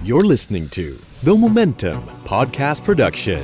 You're listening to The Momentum Podcast Production.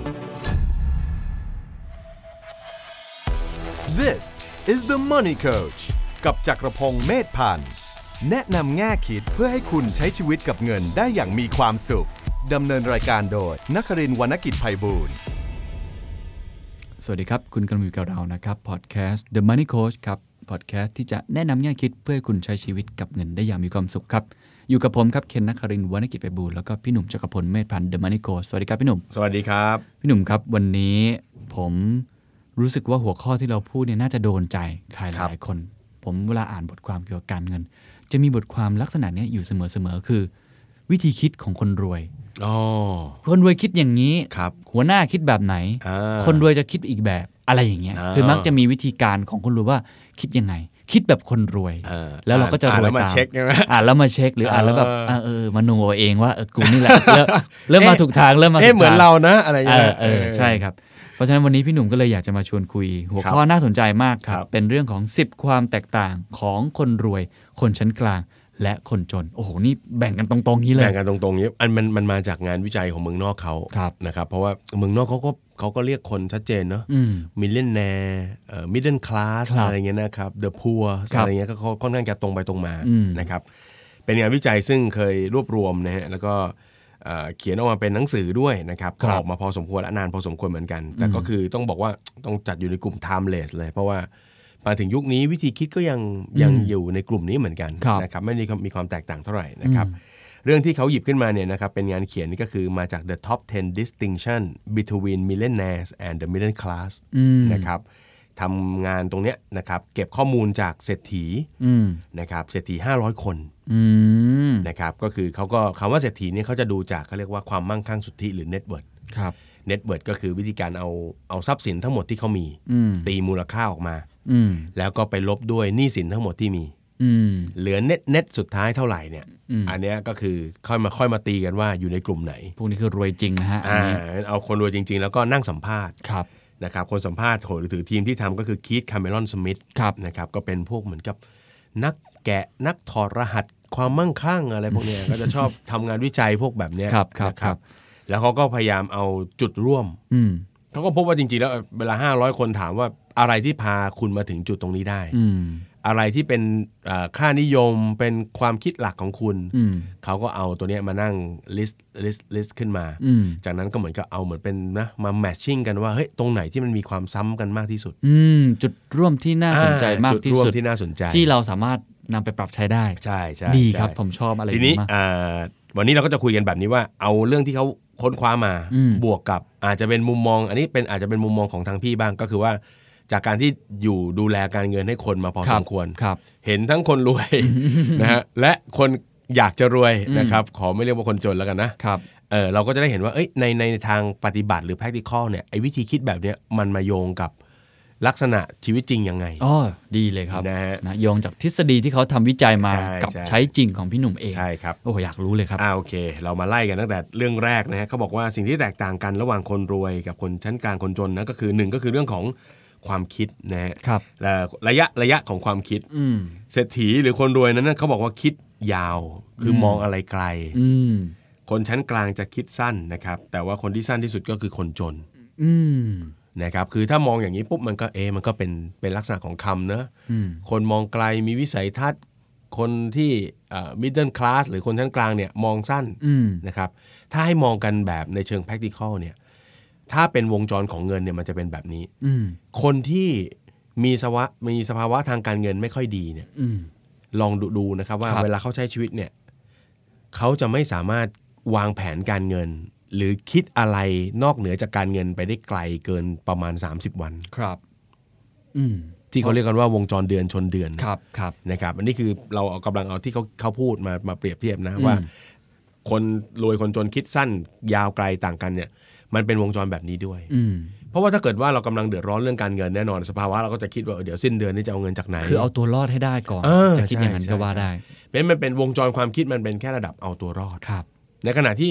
This is the Money Coach กับจักรพงษ์เมธพันธ์แนะนำแง่คิดเพื่อให้คุณใช้ชีวิตกับเงินได้อย่างมีความสุขดำเนินรายการโดยนครินทร์ วรรณกิจไพบูลย์สวัสดีครับคุณกำลังอยู่กับเรานะครับพอดแคสต์ The Money Coach ครับพอดแคสต์ที่จะแนะนำแง่คิดเพื่อให้คุณใช้ชีวิตกับเงินได้อย่างมีความสุขครับอยู่กับผมครับเคนนครินทร์ วรรณกิจไพบูลย์แล้วก็พี่หนุ่มจักรพลเมธพันธ์ The Money Coach สวัสดีครับพี่หนุ่มสวัสดีครับพี่หนุ่มครับวันนี้ผมรู้สึกว่าหัวข้อที่เราพูดเนี่ยน่าจะโดนใจใครหลายคนผมเวลาอ่านบทความเกี่ยวกับการเงินจะมีบทความลักษณะนี้อยู่เสมอๆคือวิธีคิดของคนรวยคนรวยคิดอย่างนี้หัวหน้าคิดแบบไหนคนรวยจะคิดอีกแบบอะไรอย่างเงี้ยคือมักจะมีวิธีการของคนรวยว่าคิดยังไงคิดแบบคนรวยแล้วเราก็จะรวยตามแล้วมาเช็คหรืออ่านแล้วแบบมโนเองว่ากูนี่แหละเริ่มมาถูกทางเริ่มมาถูกทางเหมือนเรานะอะไรอย่างเงี้ยใช่ครับเพราะฉะนั้นวันนี้พี่หนุ่มก็เลยอยากจะมาชวนคุยหัวข้อน่าสนใจมากครับเป็นเรื่องของ10ความแตกต่างของคนรวยคนชั้นกลางและคนจนโอ้โหนี่แบ่งกันตรงๆนี้เลยแบ่งกันตรงๆนี้มันมาจากงานวิจัยของเมืองนอกเขานะครับเพราะว่าเมืองนอกเขาก็เรียกคนชัดเจนเนาะมิลเลนแนร์มิดเดิลคลาสอะไรเงี้ยนะครับเดอะพัวอะไรเงี้ยก็ค่อนข้างจะตรงไปตรงมานะครับเป็นงานวิจัยซึ่งเคยรวบรวมนะฮะแล้วก็เขียนออกมาเป็นหนังสือด้วยนะครับก็ออกมาพอสมควรและนานพอสมควรเหมือนกันแต่ก็คือต้องบอกว่าต้องจัดอยู่ในกลุ่ม timeless เลยเพราะว่ามาถึงยุคนี้วิธีคิดก็ยังอยู่ในกลุ่มนี้เหมือนกันนะครับไม่มีความแตกต่างเท่าไหร่นะครับเรื่องที่เขาหยิบขึ้นมาเนี่ยนะครับเป็นงานเขียนนี่ก็คือมาจาก The Top 10 Distinction Between Millionaires and the Middle Class นะครับทำงานตรงเนี้ยนะครับเก็บข้อมูลจากเศรษฐีนะครับเศรษฐี500คนนะครับก็คือเขาก็คำว่าเศรษฐีนี่เขาจะดูจากเขาเรียกว่าความมั่งคั่งสุทธิหรือ Net Worth Net Worth ก็คือวิธีการเอาทรัพย์สินทั้งหมดที่เขามีตีมูลค่าออกมาแล้วก็ไปลบด้วยหนี้สินทั้งหมดที่มีเหลือเน็ตสุดท้ายเท่าไหร่เนี่ยอันนี้ก็คือค่อยมาตีกันว่าอยู่ในกลุ่มไหนพวกนี้คือรวยจริงนะฮะเอาคนรวยจริงๆแล้วก็นั่งสัมภาษณ์นะครับคนสัมภาษณ์หรือทีมที่ทำก็คือคีธ คาเมรอน สมิธนะครับก็เป็นพวกเหมือนกับนักแกะนักถอดรหัสความมั่งคั่งอะไรพวกนี้ ก็จะชอบทำงานวิจัยพวกแบบนี้นะครับแล้วเขาก็พยายามเอาจุดร่วมเขาก็พบว่าจริงๆแล้วเวลา500คนถามว่าอะไรที่พาคุณมาถึงจุดตรงนี้ได้อะไรที่เป็นค่านิยมเป็นความคิดหลักของคุณเขาก็เอาตัวนี้มานั่งลิสต์ขึ้นมาจากนั้นก็เหมือนกับเอาเหมือนเป็นนะมาแมทชิ่งกันว่าเฮ้ยตรงไหนที่มันมีความซ้ำกันมากที่สุดจุดร่วมที่น่าสนใจมากที่สุดที่น่าสนใจที่เราสามารถนำไปปรับใช้ได้ใช่ดีครับผมชอบอะไรทีนี้วันนี้เราก็จะคุยกันแบบนี้ว่าเอาเรื่องที่เขาค้นคว้ามาบวกกับอาจจะเป็นมุมมองอันนี้อาจจะเป็นมุมมองของทางพี่บ้างก็คือว่าจากการที่อยู่ดูแลการเงินให้คนมาพอสมควรเห็นทั้งคนรวย นะฮะและคนอยากจะรวยนะครับขอไม่เรียกว่าคนจนแล้วกันนะเราก็จะได้เห็นว่าในทางปฏิบัติหรือ practical เนี่ยไอ้วิธีคิดแบบนี้มันมาโยงกับลักษณะชีวิตจริงยังไงดีเลยครับนะโยงจากทฤษฎีที่เขาทำวิจัยมากับใช้จริงของพี่หนุ่มเองใช่ครับโอ้อยากรู้เลยครับโอเคเรามาไล่กันตั้งแต่เรื่องแรกนะฮะเขาบอกว่าสิ่งที่แตกต่างกันระหว่างคนรวยกับคนชั้นกลางคนจนนะก็คือ1ก็คือเรื่องของความคิดนะฮะและระยะของความคิดเศรษฐีหรือคนรวยนั้นเขาบอกว่าคิดยาวคือมองอะไรไกลคนชั้นกลางจะคิดสั้นนะครับแต่ว่าคนที่สั้นที่สุดก็คือคนจนนะครับคือถ้ามองอย่างนี้ปุ๊บมันก็เป็นลักษณะของคำเนอะคนมองไกลมีวิสัยทัศน์คนที่middle class หรือคนชั้นกลางเนี่ยมองสั้นนะครับถ้าให้มองกันแบบในเชิง practical เนี่ยถ้าเป็นวงจรของเงินเนี่ยมันจะเป็นแบบนี้คนที่มีสภาวะทางการเงินไม่ค่อยดีเนี่ยลองดูนะครับว่าเวลาเขาใช้ชีวิตเนี่ยเขาจะไม่สามารถวางแผนการเงินหรือคิดอะไรนอกเหนือจากการเงินไปได้ไกลเกินประมาณ30วันครับที่เขาเรียกกันว่าวงจรเดือนชนเดือนครับนะครับอันนี้คือเรากำลังเอาที่เขาพูดมาเปรียบเทียบนะว่าคนรวยคนจนคิดสั้นยาวไกลต่างกันเนี่ยมันเป็นวงจรแบบนี้ด้วยเพราะว่าถ้าเกิดว่าเรากำลังเดือดร้อนเรื่องการเงินแน่นอนสภาวะเราก็จะคิดว่าเดี๋ยวสิ้นเดือนนี้จะเอาเงินจากไหนคือเอาตัวรอดให้ได้ก่อนจะคิดอย่างนั้นก็ว่าได้มันเป็นวงจรความคิดมันเป็นแค่ระดับเอาตัวรอดในขณะที่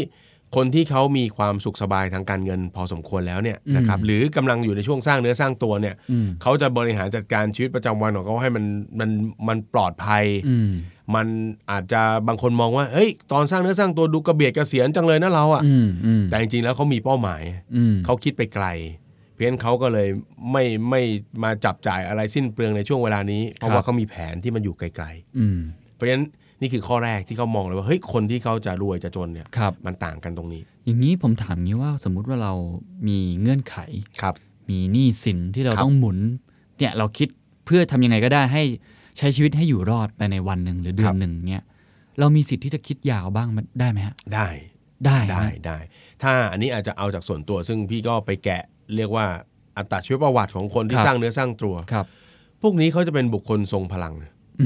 คนที่เขามีความสุขสบายทางการเงินพอสมควรแล้วเนี่ยนะครับหรือกำลังอยู่ในช่วงสร้างเนื้อสร้างตัวเนี่ยเขาจะบริหารจัดการชีวิตประจำวันของเขาให้มันปลอดภัยมันอาจจะบางคนมองว่าเฮ้ยตอนสร้างเนื้อสร้างตัวดูกระเบียดกระเสียนจังเลยนะเราอ่ะแต่จริงๆแล้วเขามีเป้าหมายเขาคิดไปไกลเพราะฉะนั้นเขาก็เลยไม่มาจับจ่ายอะไรสิ้นเปลืองในช่วงเวลานี้เพราะว่าเขามีแผนที่มันอยู่ไกลๆเพราะฉะนั้นนี่คือข้อแรกที่เขามองเลยว่าเฮ้ยคนที่เขาจะรวยจะจนเนี่ยมันต่างกันตรงนี้อย่างนี้ผมถามงี้ว่าสมมุติว่าเรามีเงื่อนไขมีหนี้สินที่เราต้องหมุนเนี่ยเราคิดเพื่อทำยังไงก็ได้ให้ใช้ชีวิตให้อยู่รอดไปในวันหนึ่งหรือเดือนหนึ่งเนี่ยเรามีสิทธิ์ที่จะคิดยาวบ้างได้ไหมฮะได้ถ้าอันนี้อาจจะเอาจากส่วนตัวซึ่งพี่ก็ไปแกะเรียกว่าอัตชีวประวัติของคนที่สร้างเนื้อสร้างตัวพวกนี้เขาจะเป็นบุคคลทรงพลัง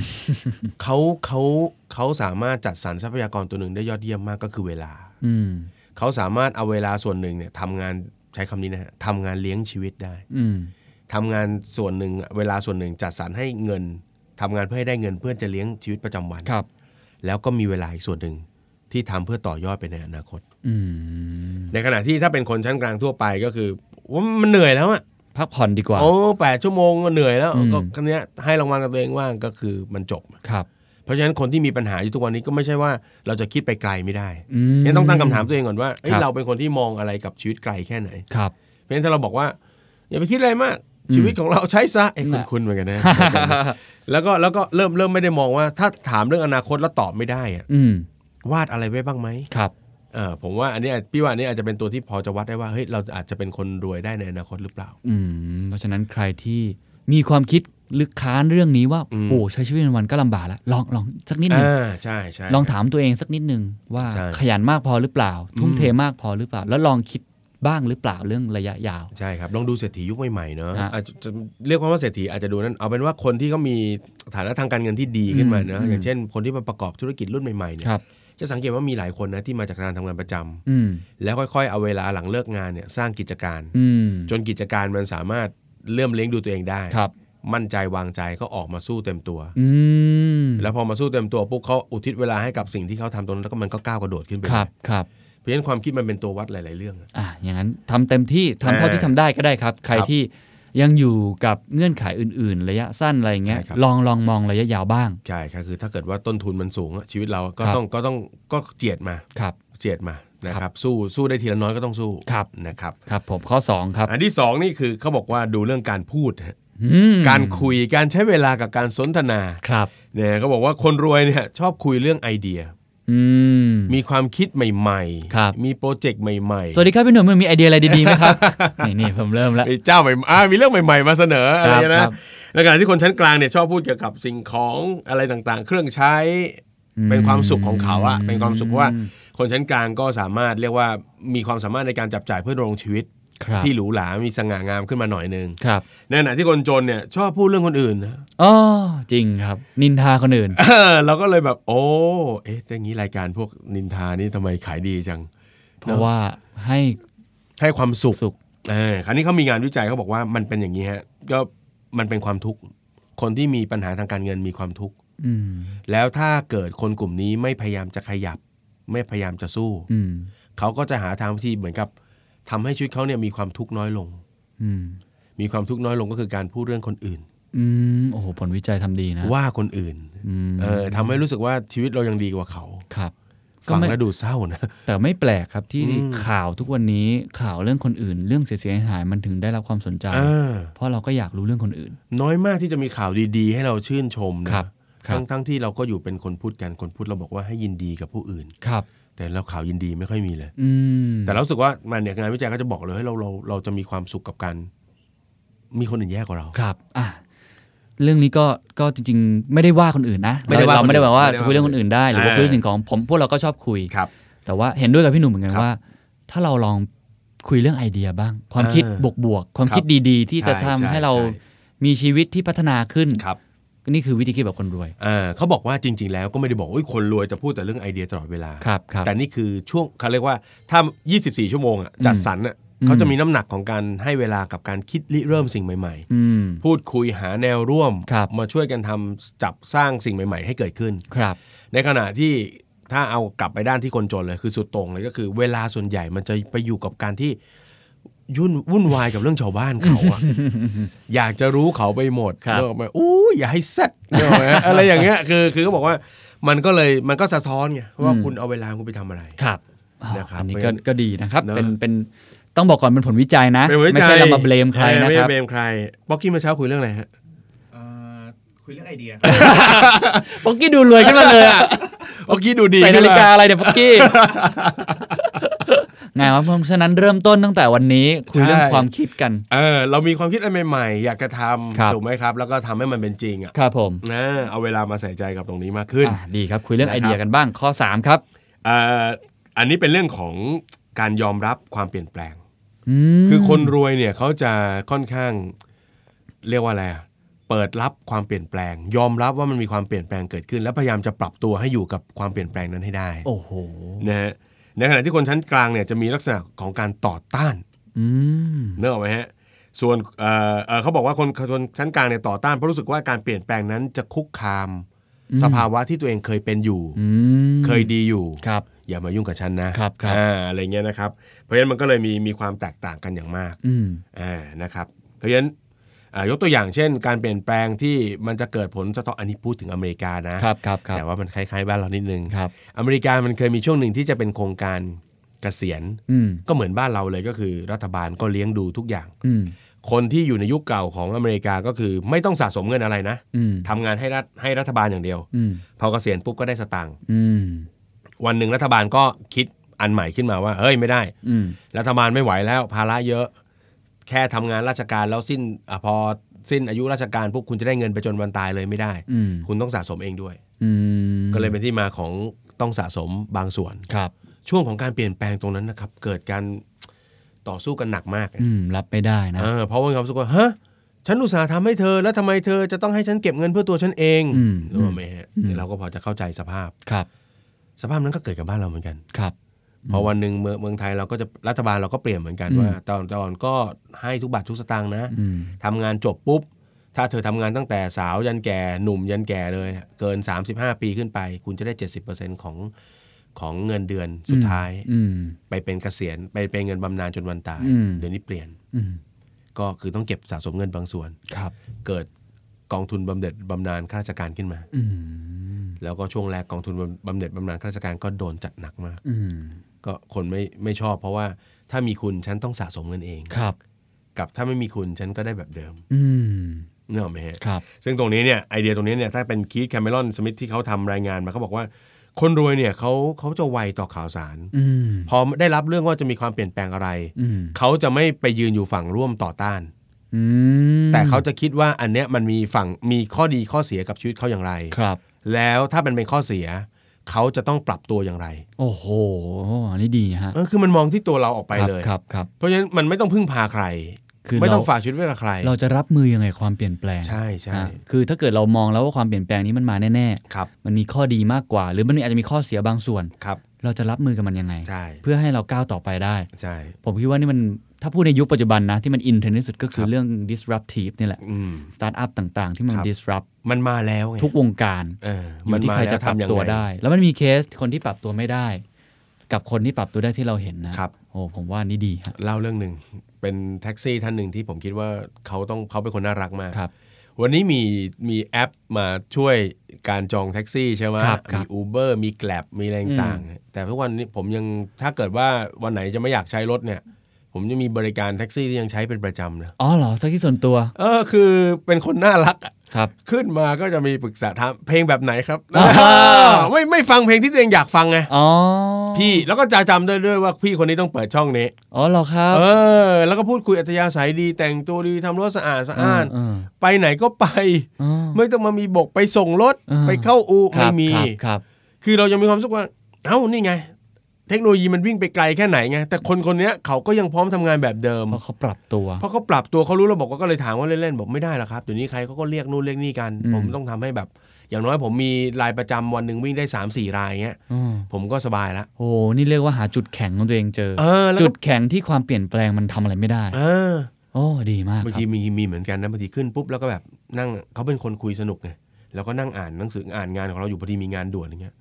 เขาสามารถจัดสรรทรัพยากรตัวหนึ่งได้ยอดเยี่ยมมากก็คือเวลาเขาสามารถเอาเวลาส่วนหนึ่งเนี่ยทำงานใช้คำนี้นะฮะทำงานเลี้ยงชีวิตได้ทำงานส่วนหนึ่งเวลาส่วนหนึ่งจัดสรรให้เงินทำงานเพื่อให้ได้เงินเพื่อจะเลี้ยงชีวิตประจำวันแล้วก็มีเวลาอีกส่วนหนึ่งที่ทำเพื่อต่อยอดไปในอนาคตในขณะที่ถ้าเป็นคนชั้นกลางทั่วไปก็คือว่ามันเหนื่อยแล้วอะพักผ่อนดีกว่า 8 ชั่วโมงก็เหนื่อยแล้วก็ครั้งนี้ให้รางวัลกับตัวเองว่างก็คือมันจบเพราะฉะนั้นคนที่มีปัญหาอยู่ทุกวันนี้ก็ไม่ใช่ว่าเราจะคิดไปไกลไม่ได้ยังต้องตั้งคำถามตัวเองก่อนว่าเราเป็นคนที่มองอะไรกับชีวิตไกลแค่ไหนเพราะฉะนั้นถ้าเราบอกว่าอย่าไปคิดอะไรมากชีวิตของเราใช้ซะคุณเหมือนกันนะแล้วก็เริ่มไม่ได้มองว่าถ้าถามเรื่องอนาคตแล้วตอบไม่ได้วาดอะไรไว้บ้างไหมผมว่าอันนี้พี่ว่าอันนี้อาจจะเป็นตัวที่พอจะวัดได้ว่าเฮ้ยเราอาจจะเป็นคนรวยได้ในอนาคตหรือเปล่าเพราะฉะนั้นใครที่มีความคิดลึกค้านเรื่องนี้ว่าโอ้ใช้ชีวิตวันก็ลำบากแล้วลองสักนิดนึงใช่ลองถามตัวเองสักนิดนึงว่าขยันมากพอหรือเปล่าทุ่มเทมากพอหรือเปล่าแล้วลองคิดบ้างหรือเปล่าเรื่องระยะยาวใช่ครับลองดูเศรษฐียุคใหม่ๆเนาะอาจจะเรียกว่าเศรษฐีอาจจะดูนั้นเอาเป็นว่าคนที่เขามีฐานะทางการเงินที่ดีขึ้นมาเนาะอย่างเช่นคนที่มาประกอบธุรกิจรุ่นใหม่ๆเนี่ยจะสังเกตว่ามีหลายคนนะที่มาจากการทำงานประจำแล้วค่อยๆเอาเวลาหลังเลิกงานเนี่ยสร้างกิจการจนกิจการมันสามารถเริ่มเลี้ยงดูตัวเองได้มั่นใจวางใจก็ออกมาสู้เต็มตัวแล้วพอมาสู้เต็มตัวปุ๊บเขาอุทิศเวลาให้กับสิ่งที่เขาทำตรงนั้นแล้วก็มันก็ก้าวกระโดดขึ้นไปเพราะฉะนั้นความคิดมันเป็นตัววัดหลายๆเรื่องอย่างนั้นทำเต็มที่ทำเท่าที่ทำได้ก็ได้ครับใครที่ยังอยู่กับเงื่อนไขอื่นๆระยะสั้นอะไรเงี้ยลองมองระยะยาวบ้างใช่ครับคือถ้าเกิดว่าต้นทุนมันสูงชีวิตเราก็ต้องเจียดมานะครับสู้ได้ทีละน้อยก็ต้องสู้นะครับครับผมข้อ2ครับอันที่2นี่คือเขาบอกว่าดูเรื่องการพูดการคุยการใช้เวลากับการสนทนาเนี่ยเขาบอกว่าคนรวยเนี่ยชอบคุยเรื่องไอเดียมีความคิดใหม่ๆมีโปรเจกต์ใหม่ๆสวัสดีครับพี่หนุ่มมีไอเดียอะไรดีๆไหมครับนี่ผมเริ่มแล้วมีเจ้าใหม่มีเรื่องใหม่ๆมาเสนออะไรนะในขณะที่คนชั้นกลางเนี่ยชอบพูดเกี่ยวกับสิ่งของอะไรต่างๆเครื่องใช้เป็นความสุขของเขาอะเป็นความสุขว่าคนชั้นกลางก็สามารถเรียกว่ามีความสามารถในการจับจ่ายเพื่อดำรงชีวิตที่หรูหรามีสง่างามขึ้นมาหน่อยนึงในขณะที่คนจนเนี่ยชอบพูดเรื่องคนอื่นนะจริงครับนินทาคนอื่นเราก็เลยแบบอย่างนี้รายการพวกนินทานี่ทำไมขายดีจังเพราะว่าให้ความสุขคราวนี้เขามีงานวิจัยเขาบอกว่ามันเป็นอย่างนี้ฮะก็มันเป็นความทุกข์คนที่มีปัญหาทางการเงินมีความทุกข์แล้วถ้าเกิดคนกลุ่มนี้ไม่พยายามจะขยับไม่พยายามจะสู้เขาก็จะหาทางวิธีเหมือนกับทำให้ชีวิตเขาเนี่ยมีความทุกข์น้อยลงมีความทุกข์น้อยลงก็คือการพูดเรื่องคนอื่นโอ้โหผลวิจัยทำดีนะว่าคนอื่นทำให้รู้สึกว่าชีวิตเรายังดีกว่าเขาครับฟังแล้วดูเศร้านะแต่ไม่แปลกครับที่ข่าวทุกวันนี้ข่าวเรื่องคนอื่นเรื่องเสียหายมันถึงได้รับความสนใจเพราะเราก็อยากรู้เรื่องคนอื่นน้อยมากที่จะมีข่าวดีๆให้เราชื่นชมนะทั้งที่เราก็อยู่เป็นคนพูดกันคนพูดเราบอกว่าให้ยินดีกับผู้อื่นแต่แล้วข่าวยินดีไม่ค่อยมีเลยแต่เรารู้สึกว่ามันเนี่ยงานวิจัยก็จะบอกเลยให้เราจะมีความสุขกับการมีคนอื่นแย่กว่าเราครับเรื่องนี้ก็จริงๆไม่ได้ว่าคนอื่นนะเราไม่ได้บอกว่าคุยเรื่องคนอื่นได้หรือว่าคุยเรื่องสิ่งของพวกเราก็ชอบคุยแต่ว่าเห็นด้วยกับพี่หนุ่มเหมือนกันว่าถ้าเราลองคุยเรื่องไอเดียบ้างความคิดบวกๆความคิดดีๆที่จะทำให้เรามีชีวิตที่พัฒนาขึ้นนี่คือวิธีคิดแบบคนรวยเขาบอกว่าจริงๆแล้วก็ไม่ได้บอกว่าคนรวยจะพูดแต่เรื่องไอเดียตลอดเวลาแต่นี่คือช่วงเขาเรียกว่าถ้า24ชั่วโมงจัดสรรเขาจะมีน้ำหนักของการให้เวลากับการคิดริเริ่มสิ่งใหม่ๆพูดคุยหาแนวร่วมมาช่วยกันทำจับสร้างสิ่งใหม่ๆให้เกิดขึ้นในขณะที่ถ้าเอากลับไปด้านที่คนจนเลยคือสุดโต่งเลยก็คือเวลาส่วนใหญ่มันจะไปอยู่กับการที่วุ่นวายกับเรื่องชาวบ้านเขาอะ อยากจะรู้เขาไปหมดเรื่องไปอย่าให้เซ็ตอะไรอย่างเงี้ยคือเขาบอกว่ามันก็สะท้อนไงว่าคุณเอาเวลาคุณไปทำอะไรครับนะครับอันนี้ก็ดีนะครับเป็นต้องบอกก่อนเป็นผลวิจัยนะไม่ใช่เรามาเบลมใครนะครับไม่เบลมใครป๊อกกี้เมื่อเช้าคุยเรื่องอะไรฮะคุยเรื่องไอเดียป๊อกกี้ดูรวยขึ้นมาเลยอ่ะป๊อกกี้ดูดีใส่นาฬิกาอะไรเนี่ยป๊อกกี้ไงวะเพราะฉะนั้นเริ่มต้นตั้งแต่วันนี้คุยเรื่องความคิดกันเรามีความคิดอะไรใหม่ๆอยากจะทำถูกไหมครับแล้วก็ทำให้มันเป็นจริงอ่ะครับผมเอาเวลามาใส่ใจกับตรงนี้มากขึ้นดีครับคุยเรื่องไอเดียกันบ้างข้อ3ครับอันนี้เป็นเรื่องของการยอมรับความเปลี่ยนแปลงคือคนรวยเนี่ยเขาจะค่อนข้างเรียกว่าอะไรเปิดรับความเปลี่ยนแปลงยอมรับว่ามันมีความเปลี่ยนแปลงเกิดขึ้นแล้วพยายามจะปรับตัวให้อยู่กับความเปลี่ยนแปลงนั้นให้ได้โอ้โหนะฮะในขณะที่คนชั้นกลางเนี่ยจะมีลักษณะของการต่อต้านนึกออกไหมฮะส่วนเขาบอกว่าคนชั้นกลางเนี่ยต่อต้านเพราะรู้สึกว่าการเปลี่ยนแปลงนั้นจะคุกคามสภาวะที่ตัวเองเคยเป็นอยู่เคยดีอยู่อย่ามายุ่งกับฉันนะอะไรเงี้ยนะครับเพราะฉะนั้นมันก็เลยมีความแตกต่างกันอย่างมากนะครับเพราะฉะนั้นยกตัวอย่างเช่นการเปลี่ยนแปลงที่มันจะเกิดผลสะท้อนอันนี้พูดถึงอเมริกานะแต่ว่ามันคล้ายๆบ้านเรานิดนึงอเมริกามันเคยมีช่วงหนึ่งที่จะเป็นโครงการเกษียณก็เหมือนบ้านเราเลยก็คือรัฐบาลก็เลี้ยงดูทุกอย่างคนที่อยู่ในยุคเก่าของอเมริกาก็คือไม่ต้องสะสมเงินอะไรนะทำงานให้รัฐบาลอย่างเดียวพอเกษียณปุ๊บก็ได้สตางค์วันหนึ่งรัฐบาลก็คิดอันใหม่ขึ้นมาว่าเฮ้ยไม่ได้รัฐบาลไม่ไหวแล้วภาระเยอะแค่ทำงานราชการแล้วพอสิ้นอายุราชการปุ๊บคุณจะได้เงินไปจนวันตายเลยไม่ได้คุณต้องสะสมเองด้วยก็เลยเป็นที่มาของต้องสะสมบางส่วนช่วงของการเปลี่ยนแปลงตรงนั้นนะครับเกิดการต่อสู้กันหนักมากรับไม่ได้นะเพราะว่าความรู้สึกว่าฮะฉันอุตส่าห์ทำให้เธอแล้วทำไมเธอจะต้องให้ฉันเก็บเงินเพื่อตัวฉันเองรู้ไหมฮะเราก็พอจะเข้าใจสภาพสภาพนั้นก็เกิดกับบ้านเราเหมือนกันพอวันหนึ่งเมืองไทยเราก็จะรัฐบาลเราก็เปลี่ยนเหมือนกันว่าตอนก็ให้ทุกบาททุกสตางค์นะทำงานจบปุ๊บถ้าเธอทำงานตั้งแต่สาวยันแก่หนุ่มยันแก่เลยเกิน35ปีขึ้นไปคุณจะได้ 70% ของเงินเดือนสุดท้ายไปเป็นเกษียณไปเป็นเงินบำนาญจนวันตายเดี๋ยวนี้เปลี่ยนก็คือต้องเก็บสะสมเงินบางส่วนเกิดกองทุนบำเหน็จบำนาญข้าราชการขึ้นมาแล้วก็ช่วงแรกกองทุนบำเหน็จบำนาญข้าราชการก็โดนจัดหนักมากก็คนไม่ชอบเพราะว่าถ้ามีคุณฉันต้องสะสมเงินเองกับถ้าไม่มีคุณฉันก็ได้แบบเดิมนึกออกไหมฮะซึ่งตรงนี้เนี่ยไอเดียตรงนี้เนี่ยถ้าเป็นคีธแคมเมรอนสมิธที่เขาทำรายงานมาเขาบอกว่าคนรวยเนี่ยเขาจะไวต่อข่าวสารพอได้รับเรื่องว่าจะมีความเปลี่ยนแปลงอะไรเขาจะไม่ไปยืนอยู่ฝั่งร่วมต่อต้านแต่เขาจะคิดว่าอันเนี้ยมันมีข้อดีข้อเสียกับชีวิตเขาอย่างไรแล้วถ้ามันเป็นข้อเสียเขาจะต้องปรับตัวอย่างไรโอ้โหอันนี้ดีฮะคือมันมองที่ตัวเราออกไปเลยเพราะฉะนั้นมันไม่ต้องพึ่งพาใครไม่ต้องฝากชีวิตไว้กับใครเราจะรับมือยังไงความเปลี่ยนแปลงใช่ใช่คือถ้าเกิดเรามองแล้วว่าความเปลี่ยนแปลงนี้มันมาแน่ๆมันมีข้อดีมากกว่าหรือมันอาจจะมีข้อเสียบางส่วนเราจะรับมือกับมันยังไงเพื่อให้เราก้าวต่อไปได้ใช่ผมคิดว่านี่มันถ้าพูดในยุคปัจจุบันนะที่มันอินเทรนด์ที่สุดก็คือเรื่อง disruptive นี่แหละสตาร์ทอัพต่างๆที่มัน disrupt มันมาแล้วทุกวงการอยู่ที่ใครจะปรับตัวได้แล้วมันมีเคสคนที่ปรับตัวไม่ได้กับคนที่ปรับตัวได้ที่เราเห็นนะโอ้ผมว่านี่ดีฮะเล่าเรื่องนึงเป็นแท็กซี่ท่านหนึ่งที่ผมคิดว่าเขาเป็นคนน่ารักมากวันนี้มีแอปมาช่วยการจองแท็กซี่ใช่ไหมมี Uber มี Grab มีอะไรต่างๆแต่ทุกวันนี้ผมยังถ้าเกิดว่าวันไหนจะไม่อยากใช้รถเนี่ยผมจะมีบริการแท็กซี่ที่ยังใช้เป็นประจำนะอ๋อเหรอแท็กซี่ส่วนตัวคือเป็นคนน่ารักครับขึ้นมาก็จะมีปรึกษาถามเพลงแบบไหนครับไม่ฟังเพลงที่ตัวเองอยากฟังไงพี่แล้วก็จะจำได้ด้วยว่าพี่คนนี้ต้องเปิดช่องนี้อ๋อเหรอครับแล้วก็พูดคุยอัธยาศัยดีแต่งตัวดีทำรถสะอาดไปไหนก็ไปไม่ต้องมามีบกไปส่งรถไปเข้าอู่ไม่มีคือเรายังมีความรู้สึกว่าเอ้านี่ไงเทคโนโลยีมันวิ่งไปไกลแค่ไหนไงแต่คนนี้เขาก็ยังพร้อมทำงานแบบเดิมเพราะเขาปรับตัวเขารู้ระบบก็เลยถามว่าเล่นๆบอกไม่ได้หรอกครับเดี๋ยวนี้ใครเขาก็เรียกนู่นเรียกนี่กันผมต้องทำให้แบบอย่างน้อยผมมีรายประจำวันหนึ่งวิ่งได้ 3-4 รายเงี้ยผมก็สบายแล้วโอ้นี่เรียกว่าหาจุดแข็งของตัวเองเจอจุดแข็งที่ความเปลี่ยนแปลงมันทำอะไรไม่ได้โอ้ดีมากบางทีมีเหมือนกันนะบางทีขึ้นปุ๊บแล้วก็แบบนั่งเขาเป็นคนคุยสนุกไงแล้วก็นั่งอ่านหนังสืออ่านงานของเราอยู่พอดีมีงานด่วนอย่างเงี้ย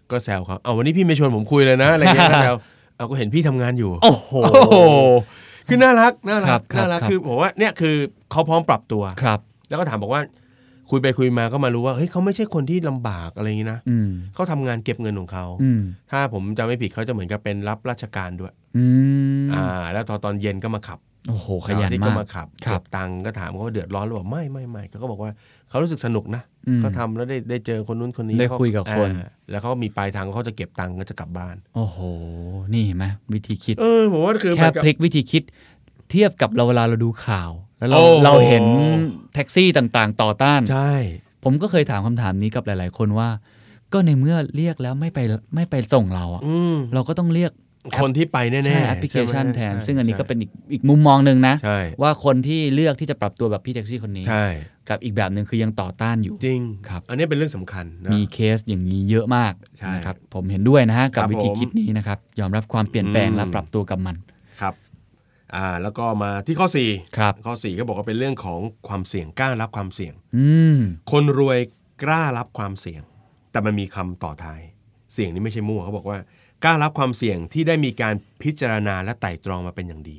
ก็แซวเขาวันนี้พี่ไม่ชวนผมคุยเลยนะอะไรเงี้ยก็แซวก็เห็นพี่ทำงานอยู่โอ้โหคือน่ารักคือผมว่าเนี่ยคือเขาพร้อมปรับตัวครับแล้วก็ถามบอกว่าคุยไปคุยมาก็มารู้ว่าเฮ้ยเขาไม่ใช่คนที่ลำบากอะไรอย่างนี้นะเขาทำงานเก็บเงินของเขาถ้าผมจำไม่ผิดเขาจะเหมือนกับเป็นรับราชการด้วยแล้วตอนเย็นก็มาขับโอ้โหขยันมากก็มาขับเก็บตังค์ก็ถามเขาว่าเดือดร้อนหรือเปล่าไม่เขาก็บอกว่าเขารู้สึกสนุกนะเขาทำแล้วได้เจอคนนู้นคนนี้ได้คุยกับคนแล้วเขามีปลายทางเขาจะเก็บตังค์ก็จะกลับบ้านโอ้โหนี่เห็นไหมวิธีคิดผมว่าคือแค่พลิกวิธีคิดเทียบกับเวลาเราดูข่าวแล้วเราเห็นแท็กซี่ต่างๆต่อต้านใช่ผมก็เคยถามคำถามนี้กับหลายๆคนว่าก็ในเมื่อเรียกแล้วไม่ไปส่งเราอ่ะเราก็ต้องเรียกคนที่ไปแน่ๆแอปพลิเคชันแทนซึ่งอันนี้ก็เป็นอีกมุมมองนึงนะว่าคนที่เลือกที่จะปรับตัวแบบพี่แท็กซี่คนนี้กับอีกแบบนึงคือยังต่อต้านอยู่จริงครับอันนี้เป็นเรื่องสำคัญนะมีเคสอย่างนี้เยอะมากนะครับผมเห็นด้วยนะฮะกับวิธีคิดนี้นะครับยอมรับความเปลี่ยนแปลงและปรับตัวกับมันครับแล้วก็มาที่ข้อ4ครับข้อ4ก็บอกว่าเป็นเรื่องของความเสี่ยงกล้ารับความเสี่ยงคนรวยกล้ารับความเสี่ยงแต่มันมีคำต่อท้ายเสี่ยงนี้ไม่ใช่มั่วเขาบอกว่ากล้ารับความเสี่ยงที่ได้มีการพิจารณาและไตร่ตรองมาเป็นอย่างดี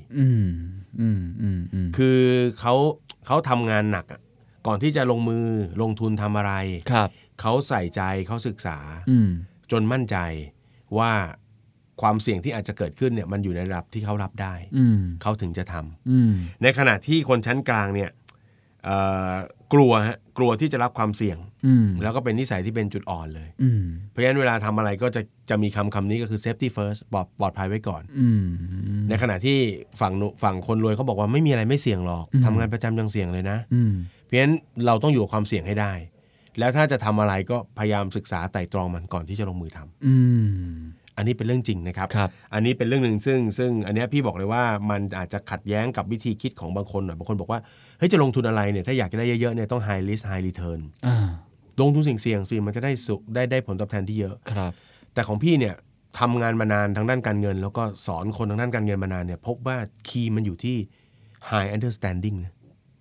คือเขาทำงานหนักก่อนที่จะลงมือลงทุนทำอะไรเขาใส่ใจเขาศึกษาจนมั่นใจว่าความเสี่ยงที่อาจจะเกิดขึ้นเนี่ยมันอยู่ในระดับที่เขารับได้เขาถึงจะทำในขณะที่คนชั้นกลางเนี่ยกลัวที่จะรับความเสี่ยงแล้วก็เป็นนิสัยที่เป็นจุดอ่อนเลยเพราะฉะนั้นเวลาทำอะไรก็จะมีคำนี้ก็คือ safety first ปลอดภัยไว้ก่อนในขณะที่ฝั่งคนรวยเขาบอกว่าไม่มีอะไรไม่เสี่ยงหรอกทำงานประจำยังเสี่ยงเลยนะเพราะฉะนั้นเราต้องอยู่กับความเสี่ยงให้ได้แล้วถ้าจะทำอะไรก็พยายามศึกษาไตร่ตรองมันก่อนที่จะลงมือทำอันนี้เป็นเรื่องจริงนะครับอันนี้เป็นเรื่องนึงซึ่งอันนี้พี่บอกเลยว่ามันอาจจะขัดแย้งกับวิธีคิดของบางคนหน่อยบางคนบอกว่าเฮ้ยจะลงทุนอะไรเนี่ยถ้าอยากได้เยอะๆเนี่ยต้อง high risk high return ลงทุนเสี่ยงๆสิมันจะได้ผลตอบแทนที่เยอะแต่ของพี่เนี่ยทำงานมานานทางด้านการเงินแล้วก็สอนคนทางด้านการเงินมานานเนี่ยพบว่าคีย์มันอยู่ที่ high understanding นะ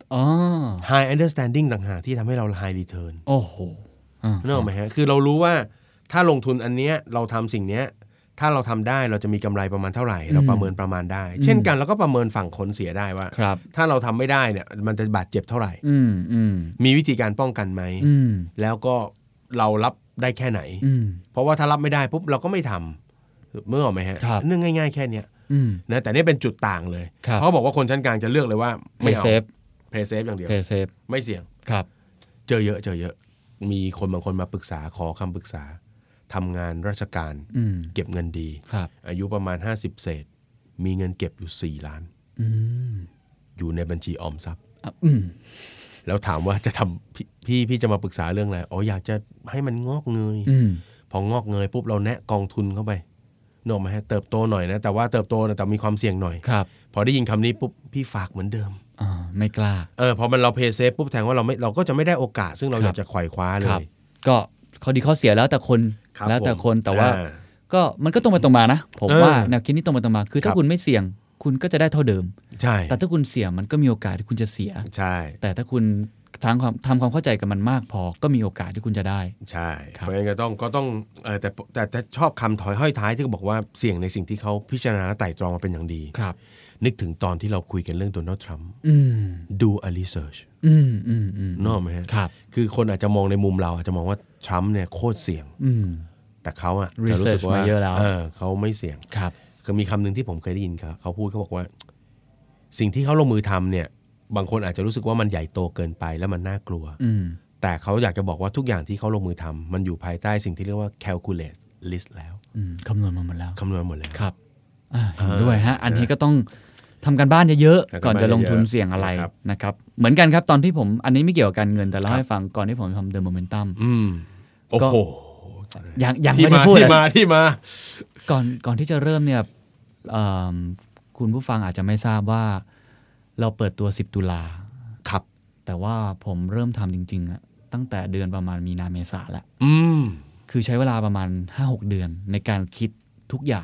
high understanding ต่างหากที่ทำให้เรา high return โอ้โหนึกออกไหมฮะคือเรารู้ว่าถ้าลงทุนอันเนี้ยเราทำสิ่งเนี้ยถ้าเราทำได้เราจะมีกำไรประมาณเท่าไหร่เราประเมินประมาณได้เช่นกันเราก็ประเมินฝั่งคนเสียได้ว่าถ้าเราทำไม่ได้เนี่ยมันจะบาดเจ็บเท่าไหร่มีวิธีการป้องกันไหมแล้วก็เรารับได้แค่ไหนเพราะว่าถ้ารับไม่ได้ปุ๊บเราก็ไม่ทำเมื่อออกไหมฮะเรื่องง่ายๆแค่นี้นะแต่นี่เป็นจุดต่างเลยเพราะบอกว่าคนชั้นกลางจะเลือกเลยว่าไม่เอาเพย์เซฟอย่างเดียวไม่เสี่ยงเจอเยอะมีคนบางคนมาปรึกษาขอคำปรึกษาทำงานราชการเก็บเงินดีอายุประมาณ50เศษมีเงินเก็บอยู่4ล้านอยู่ในบัญชีออมทรัพย์แล้วถามว่าจะทำพี่จะมาปรึกษาเรื่องอะไรอยากจะให้มันงอกเงยพองอกเงยปุ๊บเราแนะกองทุนเข้าไปนึกออกไหมฮะเติบโตหน่อยนะแต่ว่าเติบโตแต่มีความเสี่ยงหน่อยพอได้ยินคำนี้ปุ๊บพี่ฝากเหมือนเดิมไม่กล้าพอมันเราเพย์เซฟปุ๊บแทนว่าเราก็จะไม่ได้โอกาสซึ่งเราอยากจะไขว่คว้าเลยก็ข้อดีข้อเสียแล้วแต่คนแต่ว่าก็มันก็ตรงไปตรงมานะผมว่าแนวคิดนี้ตรงไปตรงมาคือถ้าคุณไม่เสี่ยงคุณก็จะได้เท่าเดิมใช่แต่ถ้าคุณเสี่ยงมันก็มีโอกาสที่คุณจะเสียใช่แต่ถ้าคุณทำความเข้าใจกับมันมากพอก็มีโอกาสที่คุณจะได้ใช่เพราะงั้นก็ต้องแต่ชอบคำถอยห้อยท้ายที่บอกว่าเสี่ยงในสิ่งที่เขาพิจารณาและไตร่ตรองมาเป็นอย่างดีนึกถึงตอนที่เราคุยกันเรื่องโดนัลด์ทรัมป์ดู a research นอกไหมฮะคือคนอาจจะมองในมุมเราอาจจะมองว่าทรัมป์เนี่ยโคตรเสี่ยงแต่เขาอะจะรู้สึกว่าเขาไม่เสี่ยงคือมีคำหนึ่งที่ผมเคยได้ยินเขาพูดเขาบอกว่าสิ่งที่เขาลงมือทำเนี่ยบางคนอาจจะรู้สึกว่ามันใหญ่โตเกินไปแล้วมันน่ากลัวแต่เขาอยากจะบอกว่าทุกอย่างที่เขาลงมือทำมันอยู่ภายใต้สิ่งที่เรียกว่า calculate list แล้วคำนวณมาหมดแล้วครับเห็นด้วยฮะอันนี้ก็ต้องทำกันบ้านเยอะๆก่อนจะลงทุนเสี่ยงอะไรนะครับเหมือนกันครับตอนที่ผมอันนี้ไม่เกี่ยวกับการเงินแต่เล่าให้ฟังก่อนที่ผมทำ The Momentum โอ้โหยังไม่ได้พูดที่มาก่อนที่จะเริ่มเนี่ยคุณผู้ฟังอาจจะไม่ทราบว่าเราเปิดตัว10ตุลาครับแต่ว่าผมเริ่มทำจริงๆอะตั้งแต่เดือนประมาณมีนาเมษาแล้วคือใช้เวลาประมาณ 5-6 เดือนในการคิดทุกอย่าง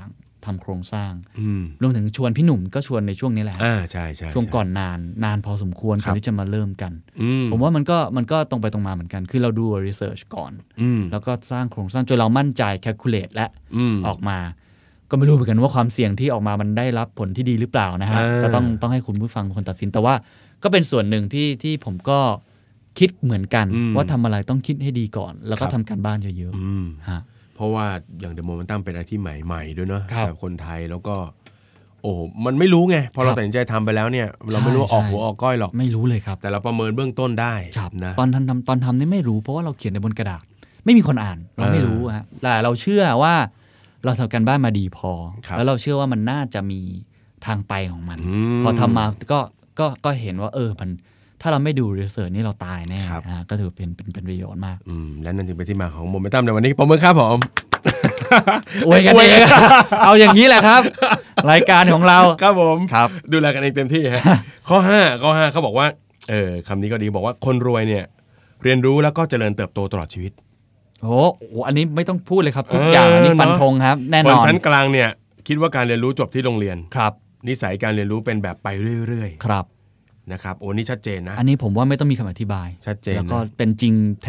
ทำโครงสร้างรวมถึงชวนพี่หนุ่มก็ชวนในช่วงนี้แหละใช่ช่วงก่อนนานพอสมควรก่อนที่จะมาเริ่มกันผมว่ามันก็ตรงไปตรงมาเหมือนกันคือเราดู research ก่อนแล้วก็สร้างโครงสร้างจนเรามั่นใจ calculate และออกมาก็ไม่รู้เหมือนกันว่าความเสี่ยงที่ออกมามันได้รับผลที่ดีหรือเปล่านะฮะก็ต้องให้คุณผู้ฟังเป็นคนตัดสินแต่ว่าก็เป็นส่วนหนึ่งที่ผมก็คิดเหมือนกันว่าทำอะไรต้องคิดให้ดีก่อนแล้วก็ทำการบ้านเยอะๆฮะเพราะว่าอย่างเดอะโมเมนตัมเป็นอะไรที่ใหม่ๆด้วยเนาะสำหรับคนไทยแล้วก็มันไม่รู้ไงพอเราตัดสินใจทำไปแล้วเนี่ยเราไม่รู้ออกหัวออกก้อยหรอกไม่รู้เลยครับแต่เราประเมินเบื้องต้นได้นะตอนทำนี่ไม่รู้เพราะว่าเราเขียนในบนกระดาษไม่มีคนอ่านเราไม่รู้ฮะแต่เราเชื่อว่าเราทำการบ้านมาดีพอแล้วเราเชื่อว่ามันน่าจะมีทางไปของมันพอทำมาก็เห็นว่ามันถ้าเราไม่ดูรีเสิร์ชนี่เราตายแน่ก็ถือเป็นประโยชน์มากและนั่นจึงเป็นที่มาของโมเมนตัมในวันนี้ปรบมือครับผมอวยกันเองเอาอย่างนี้แหละครับรายการของเราครับผมครับดูแลกันเองเต็มที่ฮะข้อ5เขาบอกว่าคำนี้ก็ดีบอกว่าคนรวยเนี่ยเรียนรู้แล้วก็เจริญเติบโตตลอดชีวิตโอ้อันนี้ไม่ต้องพูดเลยครับทุกอย่างอันนี้ฟันธงครับแน่นอนคนชั้นกลางเนี่ยคิดว่าการเรียนรู้จบที่โรงเรียนครับนิสัยการเรียนรู้เป็นแบบไปเรื่อยๆครับนะครับนี่ชัดเจนนะอันนี้ผมว่าไม่ต้องมีคำอธิบายชัดเจนแล้วก็เป็นจริงแท้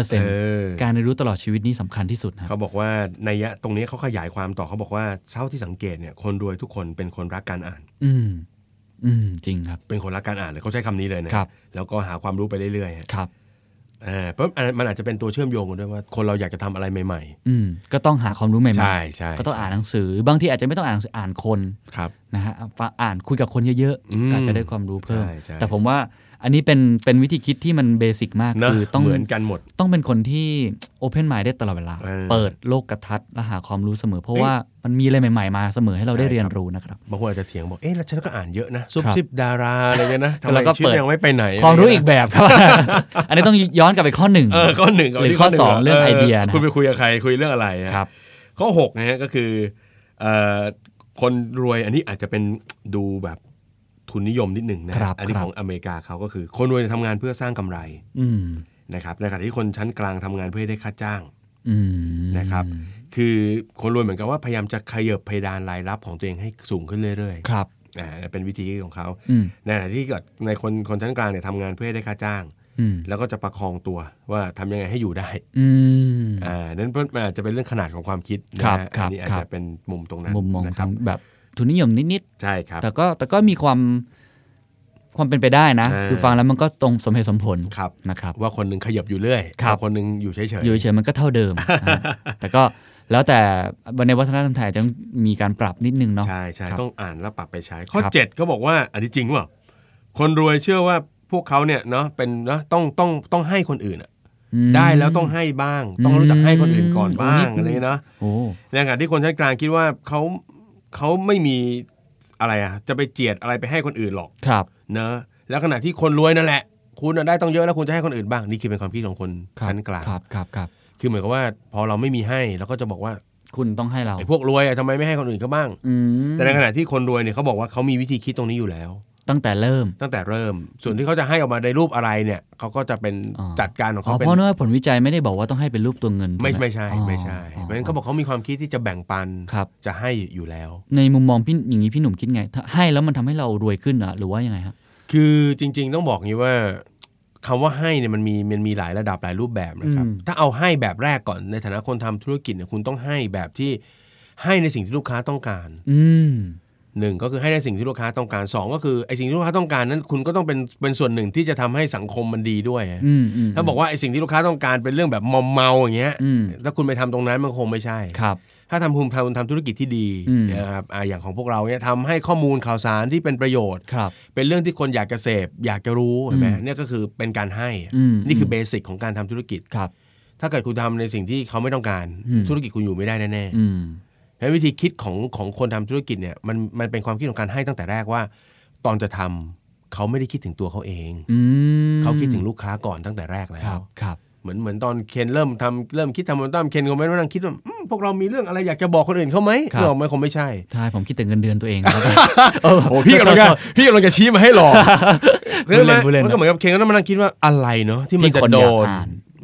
100% การเรียนรู้ตลอดชีวิตนี่สำคัญที่สุดเขาบอกว่านัยยะตรงนี้เขาขยายความต่อเขาบอกว่าเท่าที่สังเกตเนี่ยคนรวยทุกคนเป็นคนรักการอ่านจริงครับเป็นคนรักการอ่านเลยเขาใช้คำนี้เลยนะแล้วก็หาความรู้ไปเรื่อยๆครับเพราะมันอาจจะเป็นตัวเชื่อมโยงกันด้วยว่าคนเราอยากจะทำอะไรใหม่ๆก็ต้องหาความรู้ใหม่ๆใช่ก็ต้องอ่านหนังสือบางทีอาจจะไม่ต้องอ่านหนังสืออ่านคนนะฮะอ่านคุยกับคนเยอะๆอาจจะได้ความรู้เพิ่มแต่ผมว่าอันนี้เป็นวิธีคิดที่มันเบสิกมากคือต้องเหมือนกันหมดต้องเป็นคนที่โอเพนไมน์ได้ตลอดเวลาเปิดโลกทัศน์และหาความรู้เสมอเพราะว่ามันมีอะไรใหม่ๆมาเสมอให้เราได้เรียนรู้นะครับบางคนอาจจะเถียงบอกแล้วฉันก็อ่านเยอะนะซุบซิบดาราอะไรเงี้ยนะทำไมชีวิตยังไม่ไปไหนความรู้อีกแบบครับอันนี้ต้องย้อนกลับไปข้อ1 ข้อ1 หรือข้อ2เรื่องไอเดียนะคุณไปคุยกับใครคุยเรื่องอะไรครับข้อ6นะฮะก็คือคนรวยอันนี้อาจจะเป็นดูแบบทุนนิยมนิดหนึ่งนะอันนี้ของอเมริกาเขาก็คือคนรวยทำงานเพื่อสร้างกำไรนะครับในขณะที่คนชั้นกลางทำงานเพื่อได้ค่าจ้างนะครับคือคนรวยเหมือนกับว่าพยายามจะขยับเพดานรายรับของตัวเองให้สูงขึ้นเรื่อยๆครับเป็นวิธีของเขาในขณะที่เกิดในคนชั้นกลางเนี่ยทำงานเพื่อได้ค่าจ้างแล้วก็จะประคองตัวว่าทำยังไงให้อยู่ได้นั้นมันอาจจะเป็นเรื่องขนาดของความคิดนะอันนี้อาจจะเป็นมุมตรงนั้นมุมมองนะครับแบบทุนนิยมนิดๆใช่ครับแต่ก็มีความเป็นไปได้นะคือฟังแล้วมันก็ตรงสมเหตุสมผลนะครับว่าคนนึงขยับอยู่เรื่อยคนนึงอยู่เฉยๆมันก็เท่าเดิมแต่ก็แล้วแต่ในวัฒนธรรมไทยจะมีการปรับนิดนึงเนาะใช่ต้องอ่านแล้วปรับไปใช้ข้อ7ก็บอกว่าอันนี้จริงป่ะคนรวยเชื่อว่าพวกเขาเนี่ยเนาะเป็นนะต้องให้คนอื่นได้แล้วต้องให้บ้างต้องรู้จักให้คนอื่นก่อนบ้างอะไรเนาะในขณะที่คนชั้นกลางคิดว่าเขาไม่มีอะไรจะไปเจียดอะไรไปให้คนอื่นหรอกเนอะแล้วขณะที่คนรวยนั่นแหละคุณได้ต้องเยอะแล้วคุณจะให้คนอื่นบ้างนี่คือเป็นความคิดของคนชั้นกลางครับคือเหมือนกับว่าพอเราไม่มีให้เราก็จะบอกว่าคุณต้องให้เราไอ้พวกรวยทำไมไม่ให้คนอื่นเขาบ้างแต่ในขณะที่คนรวยเนี่ยเขาบอกว่าเขามีวิธีคิดตรงนี้อยู่แล้วตั้งแต่เริ่มส่วนที่เขาจะให้ออกมาในรูปอะไรเนี่ยเขาก็จะเป็นจัดการของเขาเพราะว่าผลวิจัยไม่ได้บอกว่าต้องให้เป็นรูปตัวเงินไม่ใช่เพราะฉะนั้นเขาบอกเขามีความคิดที่จะแบ่งปันจะให้อยู่แล้วในมุมมองพี่อย่างนี้พี่หนุ่มคิดไงถ้าให้แล้วมันทำให้เรารวยขึ้นหรือว่ายังไงครับคือจริงๆต้องบอกงี้ว่าคำว่าให้เนี่ยมันมีหลายระดับหลายรูปแบบนะครับถ้าเอาให้แบบแรกก่อนในฐานะคนทำธุรกิจเนี่ยคุณต้องให้แบบที่ให้ในสิ่งที่ลูกค้าต้องการ1ก็คือให้ในสิ่งที่ลูกค้าต้องการ2ก็คือไอ้สิ่งที่ลูกค้าต้องการนั้นคุณก็ต้องเป็นส่วนหนึ่งที่จะทำให้สังคมมันดีด้วยถ้าบอกว่าไอ้สิ่งที่ลูกค้าต้องการเป็นเรื่องแบบเมาอย่างเงี้ยถ้าคุณไปทำตรงนั้นมันคงไม่ใช่ถ้าทำธุรกิจที่ดีนะครับอย่างของพวกเราเนี่ยทำให้ข้อมูลข่าวสารที่เป็นประโยชน์เป็นเรื่องที่คนอยากจะเสพอยากจะรู้เห็นไหมเนี่ยก็คือเป็นการให้นี่คือเบสิกของการทำธุรกิจถ้าเกิดคุณทำในสิ่งที่เขาไม่ต้องการธุรกิจคุณอยู่ไม่ได้แน่ๆวิธีคิดของคนทำธุรกิจเนี่ยมันเป็นความคิดของการให้ตั้งแต่แรกว่าตอนจะทำเขาไม่ได้คิดถึงตัวเขาเองเขาคิดถึงลูกค้าก่อนตั้งแต่แรกแล้วเหมือนตอนเคนเริ่มคิดทำมันตั้มเคนก็ไม่ได้นั่งคิดว่าพวกเรามีเรื่องอะไรอยากจะบอกคนอื่นเขาไหมเรื่องมันคงไม่ใช่ใช่ผมคิดแต่เงินเดือนตัวเองโอ้พี่กำลังจะชี้มาให้หลอกมันก็เหมือนกับเคนก็ต้องมานั่งคิดว่าอะไรเนาะที่มันจะโดน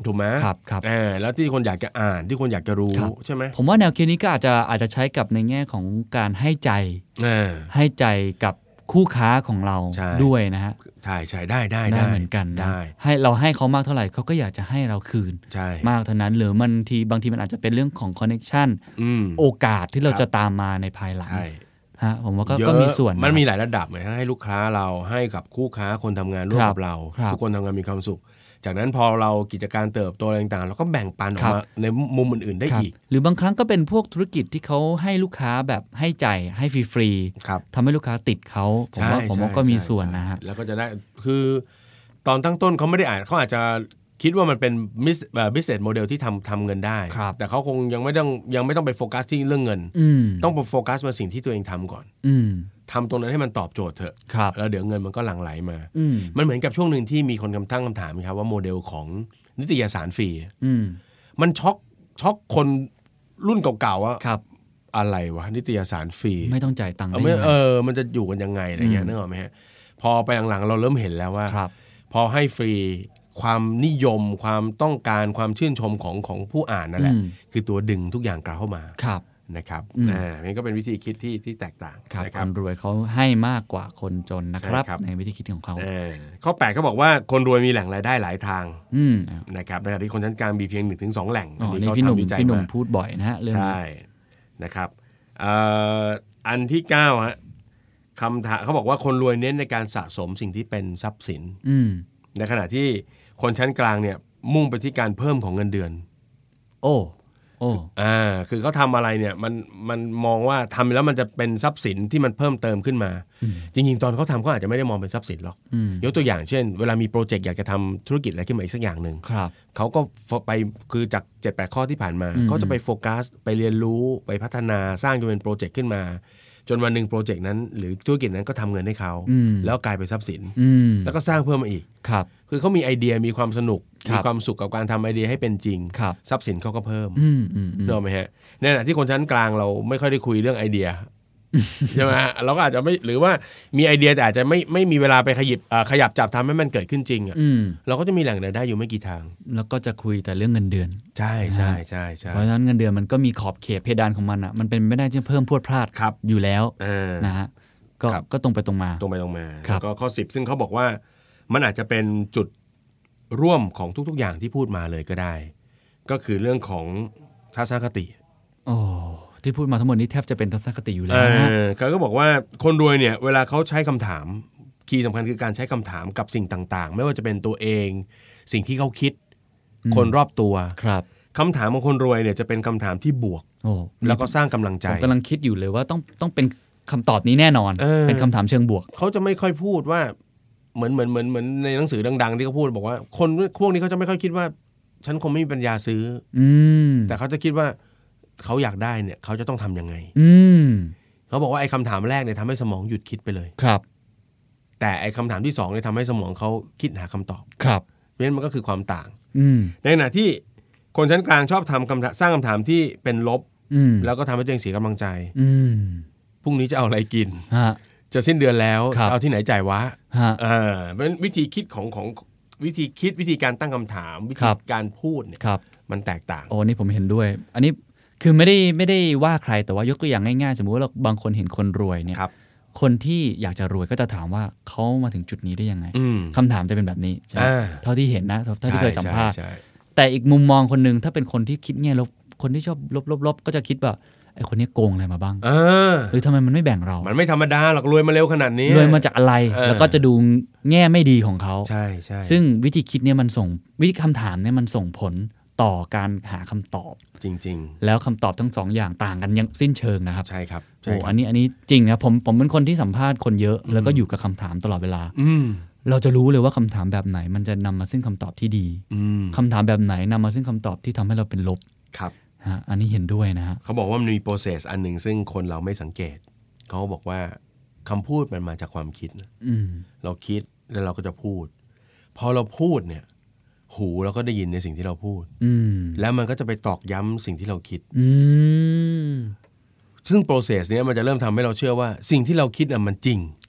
ถูกไหมครับแล้วที่คนอยากจะอ่านที่คนอยากจะรู้ใช่ไหมผมว่าแนวคิดนี้ก็อาจจะใช้กับในแง่ของการให้ใจกับคู่ค้าของเราด้วยนะฮะใช่ได้เหมือนกันได้ให้เราให้เขามากเท่าไหร่เขาก็อยากจะให้เราคืนมากเท่านั้นหรือบางทีมันอาจจะเป็นเรื่องของคอนเนคชั่นโอกาสที่เราจะตามมาในภายหลังฮะผมว่าก็มีส่วนมันมีหลายระดับไงให้ลูกค้าเราให้กับคู่ค้าคนทำงานร่วมกับเราทุกคนทำงานมีความสุขจากนั้นพอเรากิจการเติบโตอะไรต่างๆเราก็แบ่งปันออกมาในมุมอื่นๆได้อีกหรือบางครั้งก็เป็นพวกธุรกิจที่เขาให้ลูกค้าแบบให้ใจให้ฟรีๆทำให้ลูกค้าติดเขาผมว่าก็มีส่วนนะฮะแล้วก็จะได้คือตอนตั้งต้นเขาไม่ได้เขาอาจจะคิดว่ามันเป็นbusiness model ที่ทำเงินได้แต่เขาคงยังไม่ต้องไปโฟกัสที่เรื่องเงินต้องไปโฟกัสมาสิ่งที่ตัวเองทำก่อนทำตรงนั้นให้มันตอบโจทย์เถอะแล้วเดี๋ยวเงินมันก็หลั่งไหลมามันเหมือนกับช่วงหนึ่งที่มีคนตั้งคำถามครับว่าโมเดลของนิตยสารฟรีมันช็อกคนรุ่นเก่าๆว่าอะไรวะนิตยสารฟรีไม่ต้องจ่ายตังค์มันจะอยู่กันยังไงอะไรเงี้ยนึกออกไหมฮะพอไปหลังๆเราเริ่มเห็นแล้วว่าพอให้ฟรีความนิยมความต้องการความชื่นชมของผู้อ่านนั่นแหละคือตัวดึงทุกอย่างกลับเข้ามานะครับนี่ก็เป็นวิธีคิดที่แตกต่างคนรวยเขาให้มากกว่าคนจนนะครับในวิธีคิดของเขาข้อ8เขาบอกว่าคนรวยมีแหล่งรายได้หลายทางนะครับในขณะที่คนชั้นกลางมีเพียง 1-2 แหล่งนี่พี่หนุ่มพูดบ่อยนะฮะใช่นะครับอันที่9ฮะคำถามเขาบอกว่าคนรวยเน้นในการสะสมสิ่งที่เป็นทรัพย์สินในขณะที่คนชั้นกลางเนี่ยมุ่งไปที่การเพิ่มของเงินเดือนคือเขาทำอะไรเนี่ยมันมองว่าทำแล้วมันจะเป็นทรัพย์สินที่มันเพิ่มเติมขึ้นมาจริงๆตอนเขาทำเขาอาจจะไม่ได้มองเป็นทรัพย์สินหรอกยกตัวอย่างเช่นเวลามีโปรเจกต์อยากจะทำธุรกิจอะไรขึ้นมาอีกสักอย่างหนึ่งเขาก็ไปคือจาก 7-8 ข้อที่ผ่านมาเขาจะไปโฟกัสไปเรียนรู้ไปพัฒนาสร้างจนเป็นโปรเจกต์ขึ้นมาจนวันหนึ่งโปรเจกต์นั้นหรือธุรกิจนั้นก็ทำเงินให้เขาแล้วกลายเป็นทรัพย์สินแล้วก็สร้างเพิ่มมาอีกคือเขามีไอเดียมีความสนุกมีความสุขกับการทำไอเดียให้เป็นจริงทรัพย์สินเขาก็เพิ่มนึกออกไหมฮะในขณะที่คนชั้นกลางเราไม่ค่อยได้คุยเรื่องไอเดียใช่ไหมเราก็อาจจะไม่หรือว่ามีไอเดียแต่อาจจะไม่มีเวลาไปขยับจับทำให้มันเกิดขึ้นจริงเราก็จะมีแหล่งรายได้อยู่ไม่กี่ทางแล้วก็จะคุยแต่เรื่องเงินเดือนใช่เพราะฉะนั้นเงินเดือนมันก็มีขอบเขตเพดานของมันอ่ะมันเป็นไม่ได้จะเพิ่มพรวดพลาดอยู่แล้วนะฮะก็ตรงไปตรงมาแล้วก็ข้อ10ซึ่งเขาบอกว่ามันอาจจะเป็นจุดร่วมของทุกๆอย่างที่พูดมาเลยก็ได้ก็คือเรื่องของทัศนคติที่พูดมาทั้งหมดนี้แทบจะเป็นทัศนคติอยู่แล้วเขาก็บอกว่าคนรวยเนี่ยเวลาเขาใช้คำถามคีย์สำคัญคือการใช้คำถามกับสิ่งต่างๆไม่ว่าจะเป็นตัวเองสิ่งที่เขาคิดคนรอบตัวคำถามของคนรวยเนี่ยจะเป็นคำถามที่บวกแล้วก็สร้างกำลังใจผมกำลังคิดอยู่เลยว่าต้องเป็นคำตอบนี้แน่นอนเป็นคำถามเชิงบวกเขาจะไม่ค่อยพูดว่าเหมือนในหนังสือดังๆที่เขาพูดบอกว่าคนพวกนี้เขาจะไม่ค่อยคิดว่าฉันคงไม่มีปัญญาซื้อแต่เขาจะคิดว่าเขาอยากได้เนี่ยเขาจะต้องทำยังไงเขาบอกว่าไอ้คำถามแรกเนี่ยทำให้สมองหยุดคิดไปเลยครับแต่ไอ้คำถามที่2เนี่ยทำให้สมองเขาคิดหาคำตอบครับเพราะฉะนั้นมันก็คือความต่างในขณะที่คนชั้นกลางชอบทำสร้างคำถามที่เป็นลบแล้วก็ทำให้ตัวเองเสียกำลังใจพรุ่งนี้จะเอาอะไรกินจะสิ้นเดือนแล้วเอาที่ไหนจ่ายวะเพราะฉะนั้นวิธีคิดของวิธีการตั้งคำถามวิธีการพูดเนี่ยมันแตกต่างนี่ผมเห็นด้วยอันนี้คือไม่ได้ว่าใครแต่ว่ายกตัวอย่างง่ายๆสมมุติว่าเราบางคนเห็นคนรวยเนี่ยคนที่อยากจะรวยก็จะถามว่าเขามาถึงจุดนี้ได้ยังไงคำถามจะเป็นแบบนี้ใช่เท่าที่เห็นนะเท่าที่เคยสัมภาษณ์แต่อีกมุมมองคนนึงถ้าเป็นคนที่คิดแง่ลบคนที่ชอบลบก็จะคิดว่าไอ้คนนี้โกงอะไรมาบ้างหรือทำไมมันไม่แบ่งเรามันไม่ธรรมดาหรอกรวยมาเร็วขนาดนี้รวยมาจากอะไรแล้วก็จะดูแง่ไม่ดีของเขาใช่ซึ่งวิธีคิดเนี่ยมันส่งวิธีคำถามเนี่ยมันส่งผลต่อการหาคำตอบจริงๆแล้วคำตอบทั้ง2 อย่างต่างกันยังสิ้นเชิงนะครับใช่ครับอันนี้จริงนะผมเป็นคนที่สัมภาษณ์คนเยอะแล้วก็อยู่กับคำถามตลอดเวลาเราจะรู้เลยว่าคำถามแบบไหนมันจะนำมาซึ่งคำตอบที่ดีคำถามแบบไหนนำมาซึ่งคำตอบที่ทำให้เราเป็นลบครับอันนี้เห็นด้วยนะฮะเขาบอกว่ามันมี process อันหนึ่งซึ่งคนเราไม่สังเกตเขาบอกว่าคำพูดมันมาจากความคิดเราคิดแล้วเราก็จะพูดพอเราพูดเนี่ยหูเราก็ได้ยินในสิ่งที่เราพูดแล้วมันก็จะไปตอกย้ำสิ่งที่เราคิดซึ่ง process เนี้ยมันจะเริ่มทำให้เราเชื่อว่าสิ่งที่เราคิดมันจริงครับ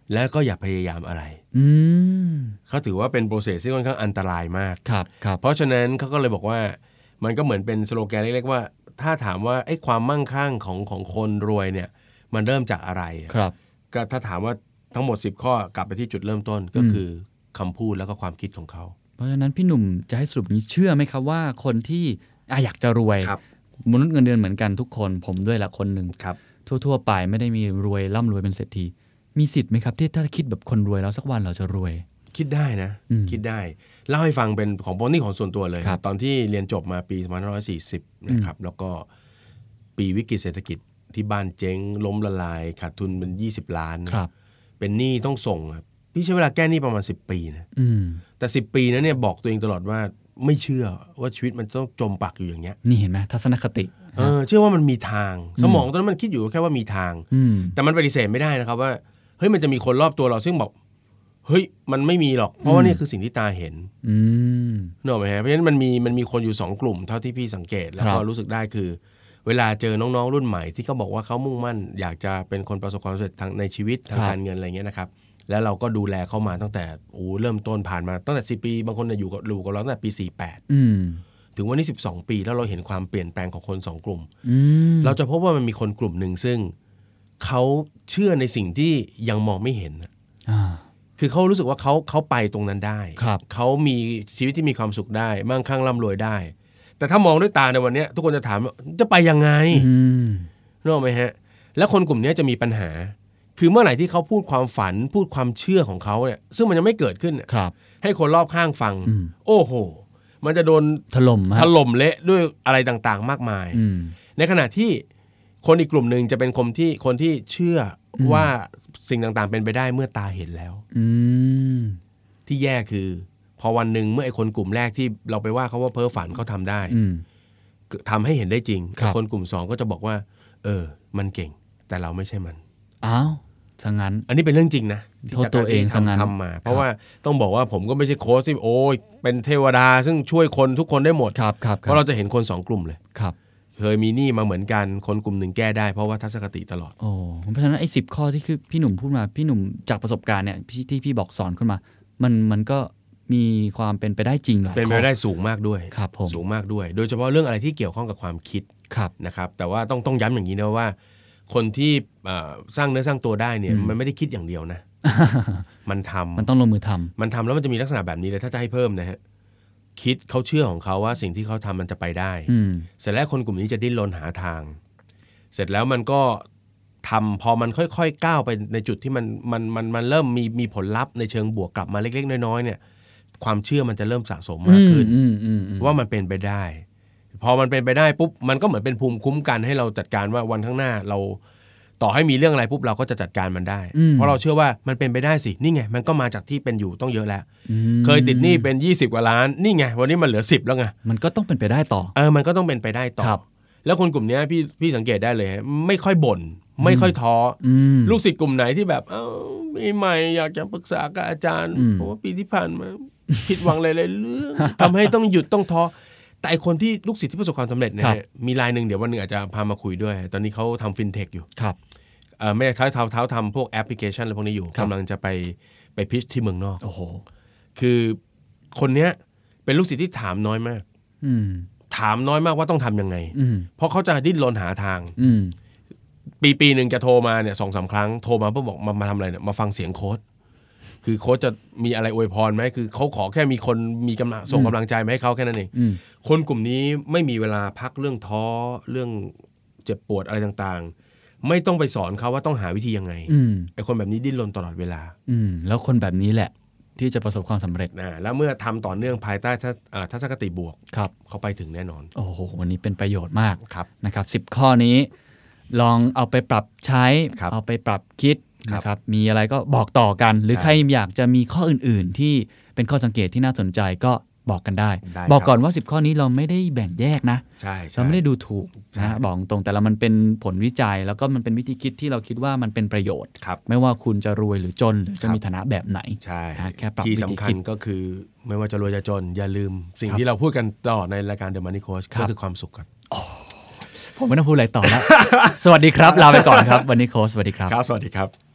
แล้วก็อย่าพยายามอะไรเขาถือว่าเป็นโปรเซสที่ค่อนข้างอันตรายมากครับเพราะฉะนั้นเขาก็เลยบอกว่ามันก็เหมือนเป็นสโลแกนเล็กๆว่าถ้าถามว่าไอ้ความมั่งคั่งของคนรวยเนี่ยมันเริ่มจากอะไรครับก็ถ้าถามว่าทั้งหมด10ข้อกลับไปที่จุดเริ่มต้นก็คือคำพูดแล้วก็ความคิดของเขาเพราะฉะนั้นพี่หนุ่มจะให้สรุปนี้เชื่อไหมครับว่าคนที่อยากจะรวยมนุษย์เงินเดือนเหมือนกันทุกคนผมด้วยละคนหนึ่งทั่วๆไปไม่ได้มีรวยร่ำรวยเป็นเศรษฐีมีสิทธิ์ไหมครับที่ถ้าคิดแบบคนรวยแล้วสักวันเราจะรวยคิดได้นะคิดได้เล่าให้ฟังเป็นของผมนี่ของส่วนตัวเลยตอนที่เรียนจบมาปี2540นะครับแล้วก็ปีวิกฤตเศรษฐกิจที่บ้านเจ๊งล้มละลายขาดทุนเป็น20 ล้านเป็นหนี้ต้องส่งครับพี่ใช้เวลาแก้หนี้ประมาณ10 ปีนะแต่10 ปีนั้นเนี่ยบอกตัวเองตลอดว่าไม่เชื่อว่าชีวิตมันต้องจมปักอยู่อย่างเงี้ยนี่เห็นไหมทัศนคติเชื่อว่ามันมีทางสมองตอนนั้นมันคิดอยู่แค่ว่ามีทางแต่มันปฏิเสธไม่ได้นะครับว่าเฮ้ยมันจะมีคนรอบตัวเราซึ่งบอกเฮ้ยมันไม่มีหรอกเพราะว่านี่คือสิ่งที่ตาเห็นเนอะไหมฮะเพราะฉะนั้นมันมีคนอยู่2 กลุ่มเท่าที่พี่สังเกตแล้วก็รู้สึกได้คือเวลาเจอน้องๆรุ่นใหม่ที่เขาบอกว่าเขามุ่งมั่นอยากจะเป็นคนประสบความสำเร็จทางในชีวิตทางการเงินอะไรเงี้ยนะครับแล้วเราก็ดูแลเขามาตั้งแต่เริ่มต้นผ่านมาตั้งแต่10 ปีบางคนอยู่กับเราตั้งแต่ปี48ถึงวันนี้12 ปีแล้วเราเห็นความเปลี่ยนแปลงของคน2 กลุ่มเราจะพบว่ามันมีคนกลุ่มหนึ่งซึ่งเขาเชื่อในสิ่งที่ยังมองไม่เห็นคือเขารู้สึกว่าเขาไปตรงนั้นได้เขามีชีวิตที่มีความสุขได้มั่งคั่งร่ำรวยได้แต่ถ้ามองด้วยตาในวันนี้ทุกคนจะถามจะไปยังไงรู้ไหมฮะแล้วคนกลุ่มนี้จะมีปัญหาคือเมื่อไหร่ที่เขาพูดความฝันพูดความเชื่อของเขาเนี่ยซึ่งมันยังไม่เกิดขึ้นให้คนรอบข้างฟังโอ้โหมันจะโดนถล่มเละด้วยอะไรต่างๆมากมายในขณะที่คนอีกกลุ่มหนึ่งจะเป็นคนที่เชื่อว่าสิ่งต่างๆเป็นไปได้เมื่อตาเห็นแล้วที่แย่คือพอวันหนึ่งเมื่อไอ้คนกลุ่มแรกที่เราไปว่าเขาว่าเพ้อฝันเขาทำได้ทำให้เห็นได้จริงคนกลุ่ม2ก็จะบอกว่ามันเก่งแต่เราไม่ใช่มันอ้าวซะงั้นอันนี้เป็นเรื่องจริงนะที่ตัวเองทำมาเพราะว่าต้องบอกว่าผมก็ไม่ใช่โค้ชที่โอ้ยเป็นเทวดาซึ่งช่วยคนทุกคนได้หมดเพราะเราจะเห็นคน2 กลุ่มเลยเคยมีหนี้มาเหมือนกันคนกลุ่มหนึ่งแก้ได้เพราะว่าทัศนคติตลอดเพราะฉะนั้นไอ้10 ข้อที่คือพี่หนุ่มพูดมาพี่หนุ่มจากประสบการณ์เนี่ยที่พี่บอกสอนขึ้นมามันก็มีความเป็นไปได้จริงหรอเป็นไปได้สูงมากด้วยสูงมากด้วยโดยเฉพาะเรื่องอะไรที่เกี่ยวข้องกับความคิดนะครับแต่ว่าต้องย้ำอย่างนี้นะว่าคนที่สร้างเนื้อสร้างตัวได้เนี่ยมันไม่ได้คิดอย่างเดียวนะ มันต้องลงมือทำมันทำแล้วมันจะมีลักษณะแบบนี้เลยถ้าจะให้เพิ่มนะฮะคิดเขาเชื่อของเขาว่าสิ่งที่เขาทำมันจะไปได้เสร็จแล้วคนกลุ่มนี้จะดิ้นรนหาทางเสร็จแล้วมันก็ทำพอมันค่อยๆก้าวไปในจุดที่มันเริ่มมีผลลัพธ์ในเชิงบวกกลับมาเล็กๆน้อยๆเนี่ยความเชื่อมันจะเริ่มสะสมมากขึ้นว่ามันเป็นไปได้พอมันเป็นไปได้ปุ๊บมันก็เหมือนเป็นภูมิคุ้มกันให้เราจัดการว่าวันข้างหน้าเราต่อให้มีเรื่องอะไรปุ๊บเราก็จะจัดการมันได้เพราะเราเชื่อว่ามันเป็นไปได้สินี่ไงมันก็มาจากที่เป็นอยู่ต้องเยอะแล้วเคยติดหนี้เป็น20 กว่าล้านนี่ไงวันนี้มันเหลือ10แล้วไงมันก็ต้องเป็นไปได้ต่อมันก็ต้องเป็นไปได้ต่อแล้วคนกลุ่มนี้พี่สังเกตได้เลยไม่ค่อยบ่นไม่ค่อยท้อลูกศิษย์กลุ่มไหนที่แบบมีใหม่อยากจะปรึกษากับอาจารย์ผมว่าปีที่ผ่านมาผิดหวังหลายๆเรื่องทำให้ต้องหยุดต้องท้อแต่คนที่ลูกศิษย์ที่ประสบความสำเร็จเนี่ยมีรายหนึ่งเดี๋ยววันหนึ่งอาจจะพามาคุยด้วยตอนนี้เขาทำฟินเทคอยู่ไม่ใช่เท้าทำพวกแอปพลิเคชันอะไรพวกนี้อยู่กำลังจะไปพิชที่เมืองนอกโอ้โหคือคนเนี้ยเป็นลูกศิษย์ที่ถามน้อยมากถามน้อยมากว่าต้องทำยังไงเพราะเขาจะดิ้นรนหาทางปีหนึ่งจะโทรมาเนี่ย 2-3 ครั้งโทรมาเพื่อบอกมาทำอะไรเนี่ยมาฟังเสียงโค้ชคือโค้ชจะมีอะไรอวยพรไหมคือเขาขอแค่มีคนมีกำลังส่งกำลังใจมาให้เขาแค่นั้นเองคนกลุ่มนี้ไม่มีเวลาพักเรื่องท้อเรื่องเจ็บปวดอะไรต่างๆไม่ต้องไปสอนเขาว่าต้องหาวิธียังไงไอ้คนแบบนี้ดิ้นรนตลอดเวลาแล้วคนแบบนี้แหละที่จะประสบความสำเร็จแล้วเมื่อทำต่อเนื่องภายใต้ทัศนคติบวกเขาไปถึงแน่นอนโอ้โหวันนี้เป็นประโยชน์มากนะครับ10 ข้อนี้ลองเอาไปปรับใช้เอาไปปรับคิดนะครับมีอะไรก็บอกต่อกันหรือใครอยากจะมีข้ออื่นๆที่เป็นข้อสังเกตที่น่าสนใจก็บอกกันได้บอกก่อนว่า10 ข้อนี้เราไม่ได้แบ่งแยกนะเราไม่ได้ดูถูกนะบอกตรงแต่ละมันเป็นผลวิจัยแล้วก็มันเป็นวิธีคิดที่เราคิดว่ามันเป็นประโยชน์ไม่ว่าคุณจะรวยหรือจนหรือจะมีฐานะแบบไหนแค่ปรับวิธีคิดก็คือไม่ว่าจะรวยจะจนอย่าลืมสิ่งที่เราพูดกันตลอดในรายการ The Money Coach ก็คือความสุขครับผมไม่ต้องพูดอะไรต่อแล้ว สวัสดีครับลาไปก่อนครับวันนี้โค้ชสวัสดีครับสวัสดีครับ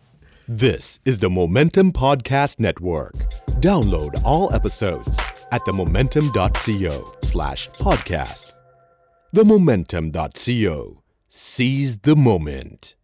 This is the Momentum Podcast Network. Download all episodes at themomentum.co/podcast. Themomentum.co. Seize the moment.